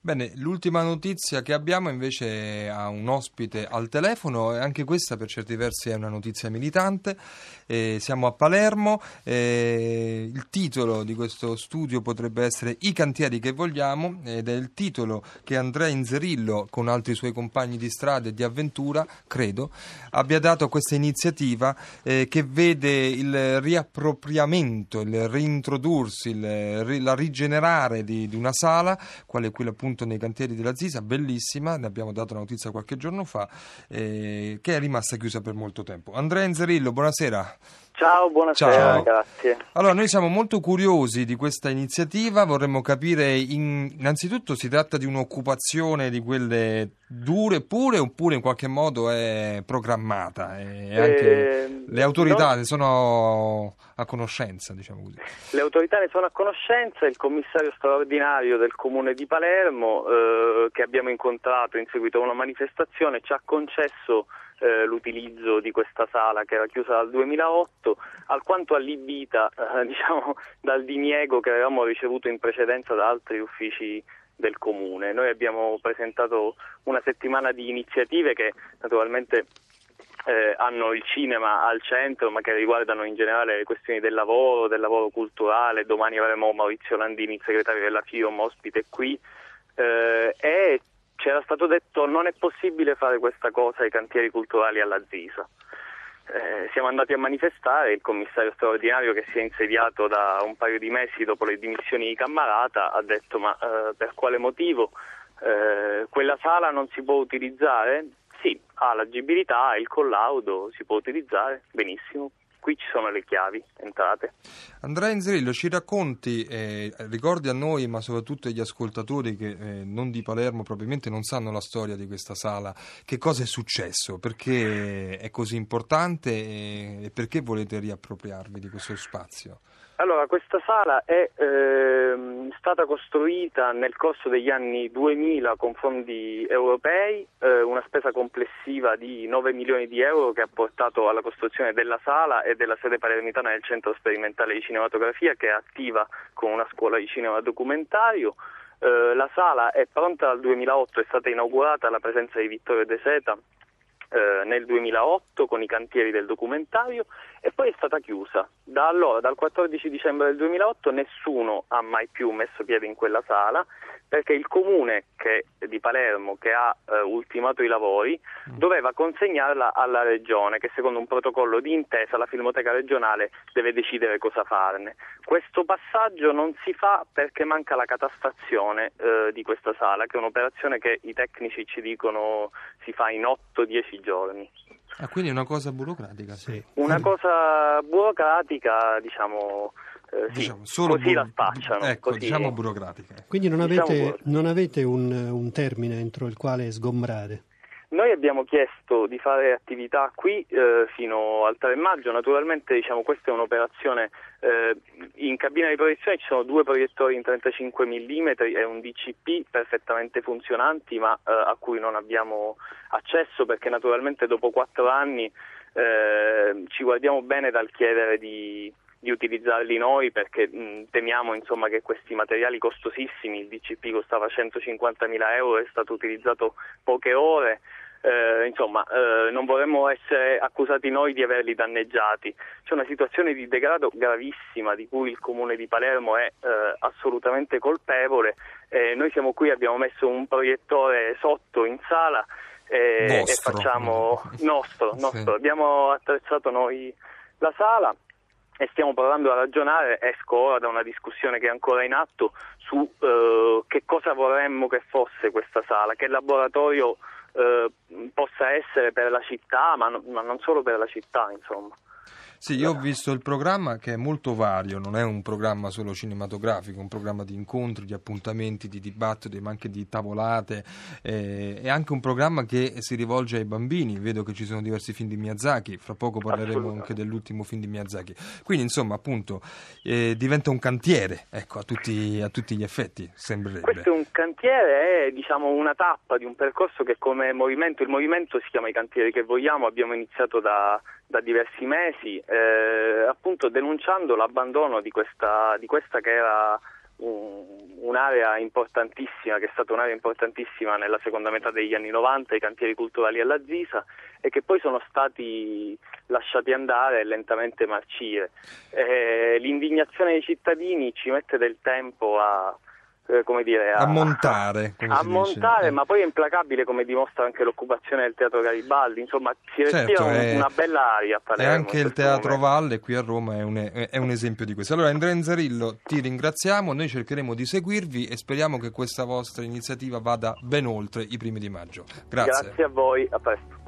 Bene, l'ultima notizia che abbiamo invece ha un ospite al telefono e anche questa per certi versi è una notizia militante. Siamo a Palermo, il titolo di questo studio potrebbe essere I cantieri che vogliamo ed è il titolo che Andrea Inzerillo con altri suoi compagni di strada e di avventura, credo, abbia dato a questa iniziativa che vede il riappropriamento, il reintrodursi, la rigenerare di una sala, quale quella appunto nei cantieri della Zisa, bellissima, ne abbiamo dato la notizia qualche giorno fa, che è rimasta chiusa per molto tempo. Andrea Inzerillo, buonasera. Ciao, buonasera, Ciao. grazie. Allora, noi siamo molto curiosi di questa iniziativa, vorremmo capire, innanzitutto si tratta di un'occupazione di quelle dure pure, oppure in qualche modo è programmata e anche le autorità ne sono a conoscenza, diciamo così. Le autorità ne sono a conoscenza, il commissario straordinario del comune di Palermo che abbiamo incontrato in seguito a una manifestazione ci ha concesso l'utilizzo di questa sala che era chiusa dal 2008, alquanto allibita dal diniego che avevamo ricevuto in precedenza da altri uffici del comune. Noi abbiamo presentato una settimana di iniziative che naturalmente hanno il cinema al centro, ma che riguardano in generale le questioni del lavoro culturale. Domani avremo Maurizio Landini, il segretario della FIOM, ospite qui, e c'era stato detto non è possibile fare questa cosa ai cantieri culturali alla Zisa. Siamo andati a manifestare, il commissario straordinario che si è insediato da un paio di mesi dopo le dimissioni di Cammarata ha detto ma per quale motivo quella sala non si può utilizzare? Sì, ha l'agibilità, ha il collaudo, si può utilizzare, benissimo. Qui ci sono le chiavi, entrate. Andrea Inzerillo, ci racconti, ricordi a noi, ma soprattutto agli ascoltatori che non di Palermo probabilmente non sanno la storia di questa sala, che cosa è successo, perché è così importante e perché volete riappropriarvi di questo spazio? Allora, questa sala è stata costruita nel corso degli anni 2000 con fondi europei, una spesa complessiva di 9 milioni di euro che ha portato alla costruzione della sala e della sede palermitana del Centro Sperimentale di Cinematografia, che è attiva con una scuola di cinema documentario. La sala è pronta dal 2008, è stata inaugurata alla presenza di Vittorio De Seta nel 2008 con i cantieri del documentario e poi è stata chiusa. Da allora, dal 14 dicembre del 2008, nessuno ha mai più messo piede in quella sala perché il comune di Palermo, che ha ultimato i lavori, doveva consegnarla alla regione, che secondo un protocollo di intesa la Filmoteca regionale deve decidere cosa farne. Questo passaggio non si fa perché manca la catastazione di questa sala, che è un'operazione che i tecnici ci dicono si fa in 8-10 giorni. Ah, quindi è una cosa burocratica? Sì. Una cosa burocratica, solo così la spacciano. Ecco, così. diciamo burocratica. Quindi non avete un termine entro il quale sgombrare? Noi abbiamo chiesto di fare attività qui fino al 3 maggio, naturalmente questa è un'operazione, in cabina di proiezione ci sono 2 proiettori in 35 mm e un DCP perfettamente funzionanti, ma a cui non abbiamo accesso perché naturalmente dopo 4 anni ci guardiamo bene dal chiedere di utilizzarli noi perché temiamo che questi materiali costosissimi, il DCP costava 150.000 euro, è stato utilizzato poche ore, non vorremmo essere accusati noi di averli danneggiati. C'è una situazione di degrado gravissima di cui il comune di Palermo è assolutamente colpevole. Noi siamo qui, abbiamo messo un proiettore sotto in sala e facciamo nostro. Sì. Abbiamo attrezzato noi la sala e stiamo provando a ragionare, esco ora da una discussione che è ancora in atto su che cosa vorremmo che fosse questa sala, che laboratorio possa essere per la città, ma non solo per la città, insomma. Sì, io ho visto il programma che è molto vario, non è un programma solo cinematografico, è un programma di incontri, di appuntamenti, di dibattiti, ma anche di tavolate, è anche un programma che si rivolge ai bambini. Vedo che ci sono diversi film di Miyazaki, fra poco parleremo anche dell'ultimo film di Miyazaki, quindi insomma appunto diventa un cantiere, ecco, a tutti gli effetti sembrerebbe. Questo è un cantiere, è una tappa di un percorso che come il movimento si chiama I Cantieri che Vogliamo, abbiamo iniziato da diversi mesi, appunto denunciando l'abbandono di questa che era un'area importantissima, che è stata un'area importantissima nella seconda metà degli anni 90, i cantieri culturali alla Zisa, e che poi sono stati lasciati andare e lentamente marcire. L'indignazione dei cittadini ci mette del tempo a montare, ma poi è implacabile, come dimostra anche l'occupazione del Teatro Garibaldi. Insomma, si respira una bella aria a Palermo. E anche il Teatro Valle qui a Roma è un esempio di questo. Allora, Andrea Inzerillo, ti ringraziamo, noi cercheremo di seguirvi e speriamo che questa vostra iniziativa vada ben oltre i primi di maggio. Grazie. Grazie a voi, a presto.